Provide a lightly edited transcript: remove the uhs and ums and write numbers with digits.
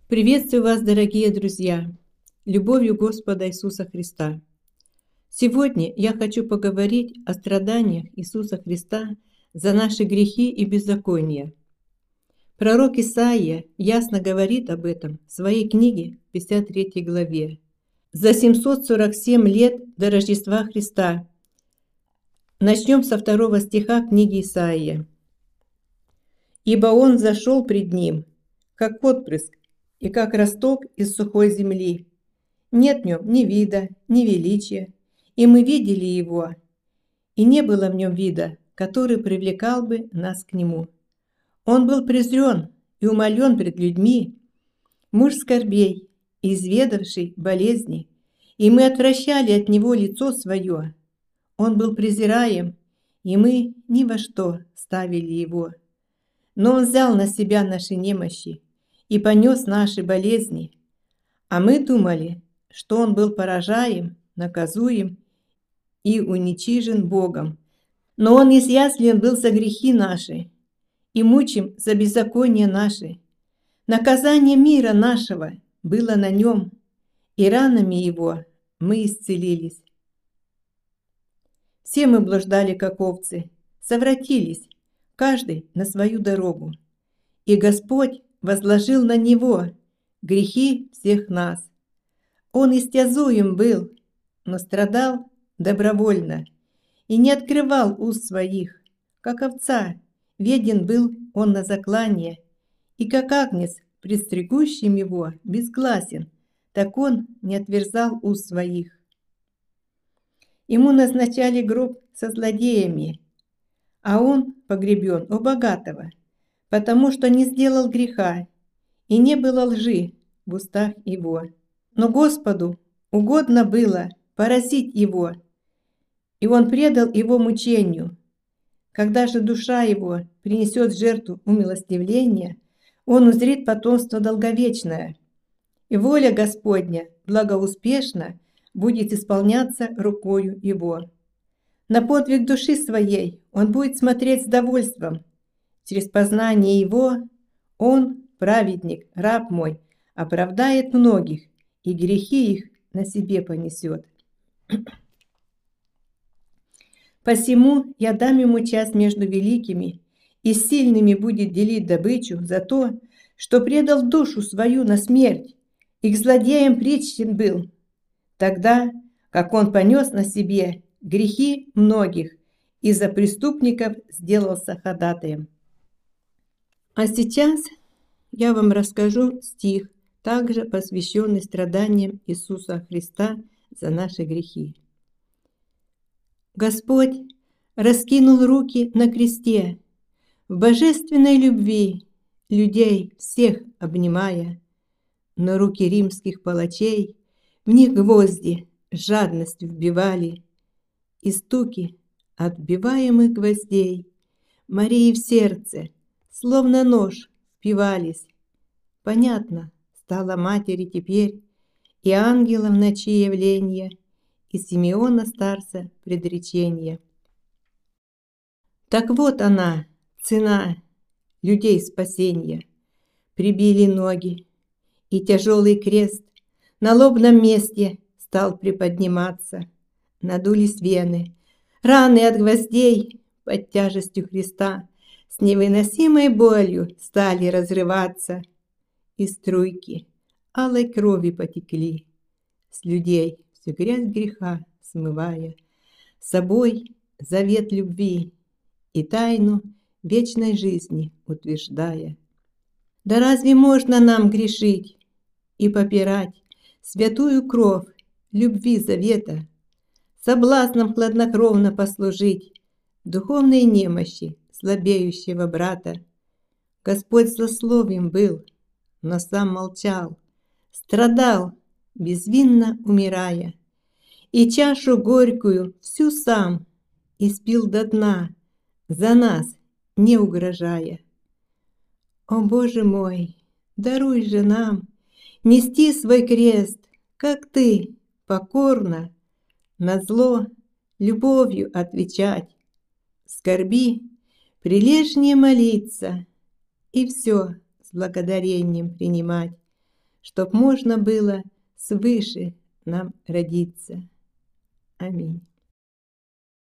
Приветствую вас, дорогие друзья, любовью Господа Иисуса Христа. Сегодня я хочу поговорить о страданиях Иисуса Христа за наши грехи и беззакония. Пророк Исаия ясно говорит об этом в своей книге, 53 главе. За 747 лет до Рождества Христа. Начнем со 2 стиха книги Исаия. «Ибо Он зашел пред Ним, как отпрыск, и как росток из сухой земли. Нет в нем ни вида, ни величия, и мы видели его, и не было в нем вида, который привлекал бы нас к нему. Он был презрен и умолен пред людьми, муж скорбей, изведавший болезни, и мы отвращали от него лицо свое. Он был презираем, и мы ни во что ставили его. Но он взял на себя наши немощи и понес наши болезни, а мы думали, что он был поражаем, наказуем и уничижен Богом. Но он изъяслен был за грехи наши и мучим за беззаконие наши. Наказание мира нашего было на нем, и ранами его мы исцелились. Все мы блуждали, как овцы, совратились, каждый на свою дорогу. И Господь возложил на него грехи всех нас. Он истязуем был, но страдал добровольно и не открывал уст своих, как овца, веден был он на заклание, и как агнец, предстригущим его, безгласен, так он не отверзал уст своих. Ему назначали гроб со злодеями, а он погребен у богатого, потому что не сделал греха, и не было лжи в устах его. Но Господу угодно было поразить его, и он предал его мучению. Когда же душа его принесет в жертву умилостивления, он узрит потомство долговечное, и воля Господня благоуспешно будет исполняться рукою его. На подвиг души своей он будет смотреть с довольством. Через познание его он, праведник, раб мой, оправдает многих, и грехи их на себе понесет. Посему я дам ему часть между великими, и с сильными будет делить добычу за то, что предал душу свою на смерть, и к злодеям причтен был, тогда, как он понес на себе грехи многих, и за преступников сделался ходатаем. А сейчас я вам расскажу стих, также посвященный страданиям Иисуса Христа за наши грехи. Господь раскинул руки на кресте, в божественной любви людей всех обнимая, но руки римских палачей в них гвозди с жадностью вбивали, и стуки отбиваемых гвоздей Марии в сердце, словно нож, впивались. Понятно стало матери теперь и ангела в ночи явления, и Симеона старца предречения. Так вот она, цена людей спасения. Прибили ноги, и тяжелый крест на лобном месте стал приподниматься. Надулись вены, раны от гвоздей под тяжестью Христа с невыносимой болью стали разрываться, и струйки алой крови потекли с людей, всю грязь греха смывая, с собой завет любви и тайну вечной жизни утверждая. Да разве можно нам грешить и попирать святую кровь любви завета, соблазном хладнокровно послужить духовной немощи слабеющего брата? Господь злословием был, но сам молчал, страдал, безвинно умирая, и чашу горькую всю сам испил до дна, за нас не угрожая. О Боже мой, даруй же нам нести свой крест, как Ты, покорно, на зло любовью отвечать, в скорби прилежнее молиться и все с благодарением принимать. чтоб можно было свыше нам родиться. Аминь.